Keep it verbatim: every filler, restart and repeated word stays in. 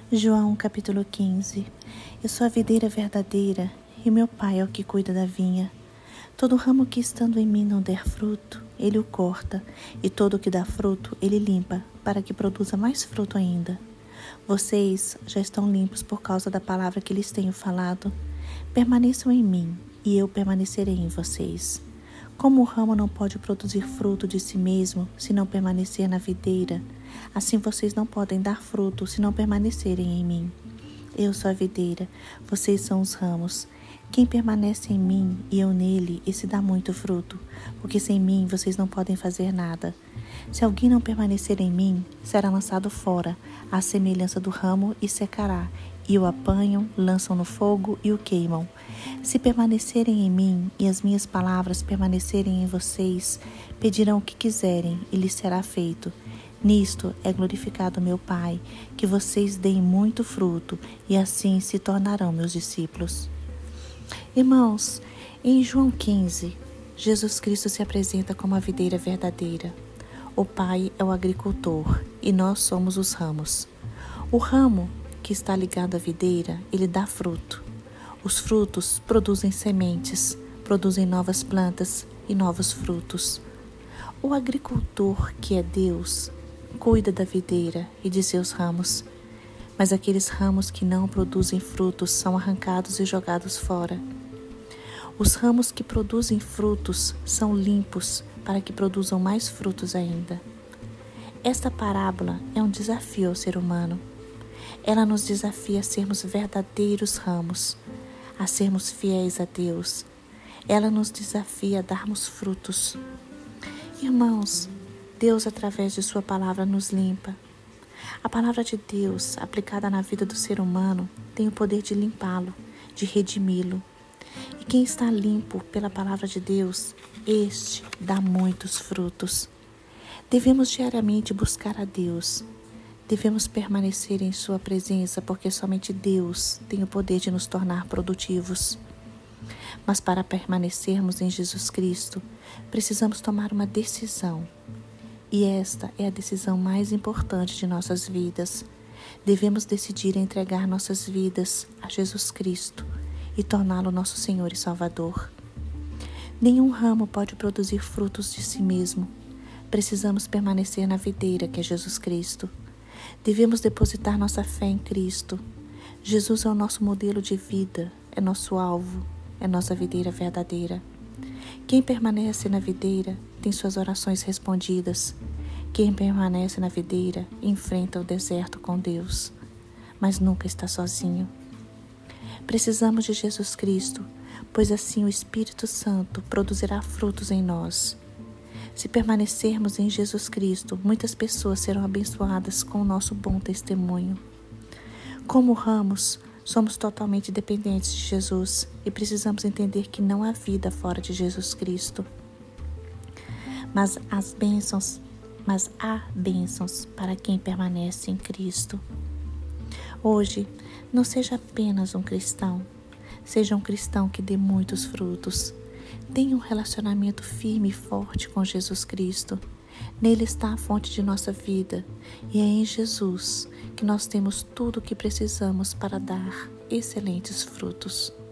João capítulo quinze. Eu sou a videira verdadeira, e meu pai é o que cuida da vinha. Todo ramo que estando em mim não der fruto, ele o corta, e todo o que dá fruto, ele limpa, para que produza mais fruto ainda. Vocês já estão limpos por causa da palavra que lhes tenho falado. Permaneçam em mim, e eu permanecerei em vocês. Como o ramo não pode produzir fruto de si mesmo, se não permanecer na videira, assim vocês não podem dar fruto, se não permanecerem em mim. Eu sou a videira, vocês são os ramos. Quem permanece em mim e eu nele, esse dá muito fruto, porque sem mim vocês não podem fazer nada. Se alguém não permanecer em mim, será lançado fora, à semelhança do ramo, e secará, e o apanham, lançam no fogo e o queimam. Se permanecerem em mim e as minhas palavras permanecerem em vocês, pedirão o que quiserem e lhes será feito. Nisto é glorificado meu Pai, que vocês deem muito fruto e assim se tornarão meus discípulos. Irmãos, em João quinze, Jesus Cristo se apresenta como a videira verdadeira. O Pai é o agricultor e nós somos os ramos. O ramo que está ligado à videira, ele dá fruto. Os frutos produzem sementes, produzem novas plantas e novos frutos. O agricultor, que é Deus, cuida da videira e de seus ramos, mas aqueles ramos que não produzem frutos são arrancados e jogados fora. Os ramos que produzem frutos são limpos para que produzam mais frutos ainda. Esta parábola é um desafio ao ser humano. Ela nos desafia a sermos verdadeiros ramos, a sermos fiéis a Deus. Ela nos desafia a darmos frutos. Irmãos, Deus, através de sua palavra, nos limpa. A palavra de Deus, aplicada na vida do ser humano, tem o poder de limpá-lo, de redimi-lo. E quem está limpo pela palavra de Deus, este dá muitos frutos. Devemos diariamente buscar a Deus. Devemos permanecer em sua presença, porque somente Deus tem o poder de nos tornar produtivos. Mas para permanecermos em Jesus Cristo, precisamos tomar uma decisão. E esta é a decisão mais importante de nossas vidas. Devemos decidir entregar nossas vidas a Jesus Cristo e torná-lo nosso Senhor e Salvador. Nenhum ramo pode produzir frutos de si mesmo. Precisamos permanecer na videira que é Jesus Cristo. Devemos depositar nossa fé em Cristo. Jesus é o nosso modelo de vida, é nosso alvo, é nossa videira verdadeira. Quem permanece na videira tem suas orações respondidas. Quem permanece na videira enfrenta o deserto com Deus, mas nunca está sozinho. Precisamos de Jesus Cristo, pois assim o Espírito Santo produzirá frutos em nós. Se permanecermos em Jesus Cristo, muitas pessoas serão abençoadas com o nosso bom testemunho. Como ramos, somos totalmente dependentes de Jesus e precisamos entender que não há vida fora de Jesus Cristo. Mas as bênçãos, mas há bênçãos para quem permanece em Cristo. Hoje, não seja apenas um cristão, seja um cristão que dê muitos frutos. Tenha um relacionamento firme e forte com Jesus Cristo. Nele está a fonte de nossa vida e é em Jesus que nós temos tudo o que precisamos para dar excelentes frutos.